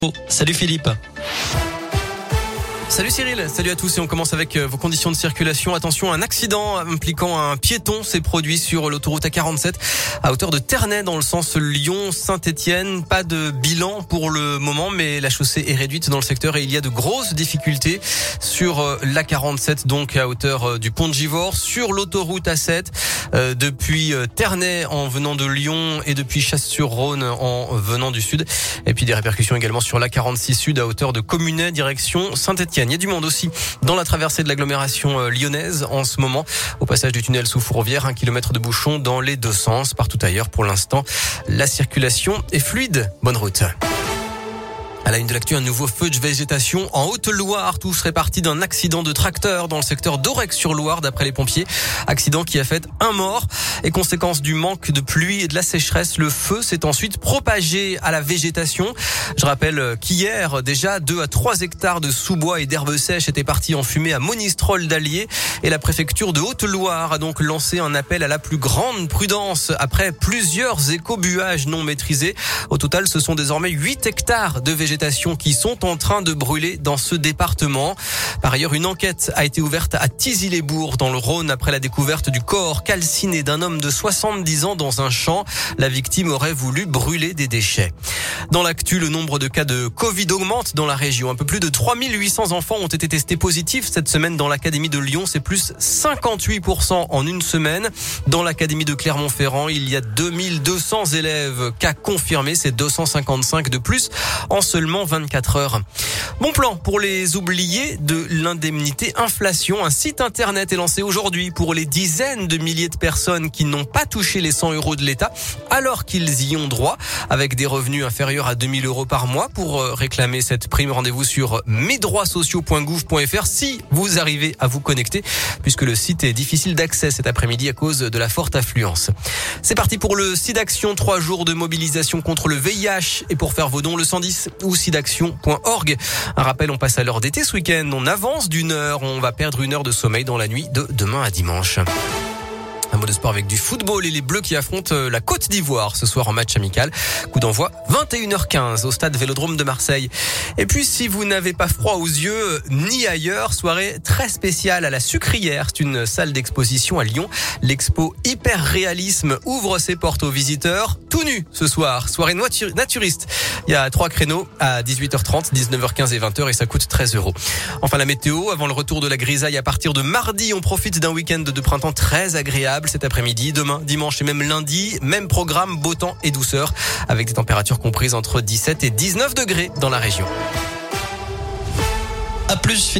Oh, salut Philippe. Salut Cyril, salut à tous et on commence avec vos conditions de circulation. Attention, un accident impliquant un piéton s'est produit sur l'autoroute A47 à hauteur de Ternay dans le sens Lyon-Saint-Étienne. Pas de bilan pour le moment, mais la chaussée est réduite dans le secteur et il y a de grosses difficultés sur l'A47, donc à hauteur du pont de Givors, sur l'autoroute A7 depuis Ternay en venant de Lyon et depuis Chasse-sur-Rhône en venant du sud. Et puis des répercussions également sur l'A46 Sud à hauteur de Communet direction Saint-Étienne. Il y a du monde aussi dans la traversée de l'agglomération lyonnaise en ce moment. Au passage du tunnel sous Fourvière, 1 kilomètre de bouchon dans les deux sens. Partout ailleurs, pour l'instant, la circulation est fluide. Bonne route. À la une de l'actu, un nouveau feu de végétation en Haute-Loire. Tout serait parti d'un accident de tracteur dans le secteur d'Aurec-sur-Loire, d'après les pompiers. Accident qui a fait un mort. Et conséquence du manque de pluie et de la sécheresse, le feu s'est ensuite propagé à la végétation. Je rappelle qu'hier, déjà, 2 à 3 hectares de sous-bois et d'herbes sèches étaient partis en fumée à Monistrol d'Allier. Et la préfecture de Haute-Loire a donc lancé un appel à la plus grande prudence après plusieurs écobuages non maîtrisés. Au total, ce sont désormais 8 hectares de végétation qui sont en train de brûler dans ce département. Par ailleurs, une enquête a été ouverte à Thizy-les-Bourgs dans le Rhône après la découverte du corps calciné d'un homme de 70 ans dans un champ. La victime aurait voulu brûler des déchets. Dans l'actu, le nombre de cas de Covid augmente dans la région. Un peu plus de 3800 enfants ont été testés positifs cette semaine dans l'académie de Lyon. C'est plus 58% en une semaine. Dans l'académie de Clermont-Ferrand, il y a 2200 élèves cas confirmés. C'est 255 de plus en seulement 24 heures. Bon plan pour les oubliés de l'indemnité inflation. Un site internet est lancé aujourd'hui pour les dizaines de milliers de personnes qui n'ont pas touché les 100 € de l'État alors qu'ils y ont droit avec des revenus inférieurs à 2000 € par mois. Pour réclamer cette prime, rendez-vous sur mesdroitssociaux.gouv.fr si vous arrivez à vous connecter puisque le site est difficile d'accès cet après-midi à cause de la forte affluence. C'est parti pour le SIDAction, 3 jours de mobilisation contre le VIH et pour faire vos dons le 110 ou sidaction.org. Un rappel, on passe à l'heure d'été ce week-end. On avance d'1 heure. On va perdre 1 heure de sommeil dans la nuit de demain à dimanche. Un mot de sport avec du football et les Bleus qui affrontent la Côte d'Ivoire ce soir en match amical. Coup d'envoi 21h15 au stade Vélodrome de Marseille. Et puis si vous n'avez pas froid aux yeux ni ailleurs, soirée très spéciale à la Sucrière. C'est une salle d'exposition à Lyon. L'expo Hyper Réalisme ouvre ses portes aux visiteurs tout nus ce soir. Soirée naturiste. Il y a 3 créneaux à 18h30, 19h15 et 20h et ça coûte 13 €. Enfin la météo, avant le retour de la grisaille à partir de mardi, on profite d'un week-end de printemps très agréable cet après-midi, demain, dimanche et même lundi. Même programme, beau temps et douceur avec des températures comprises entre 17 et 19 degrés dans la région. À plus Philippe.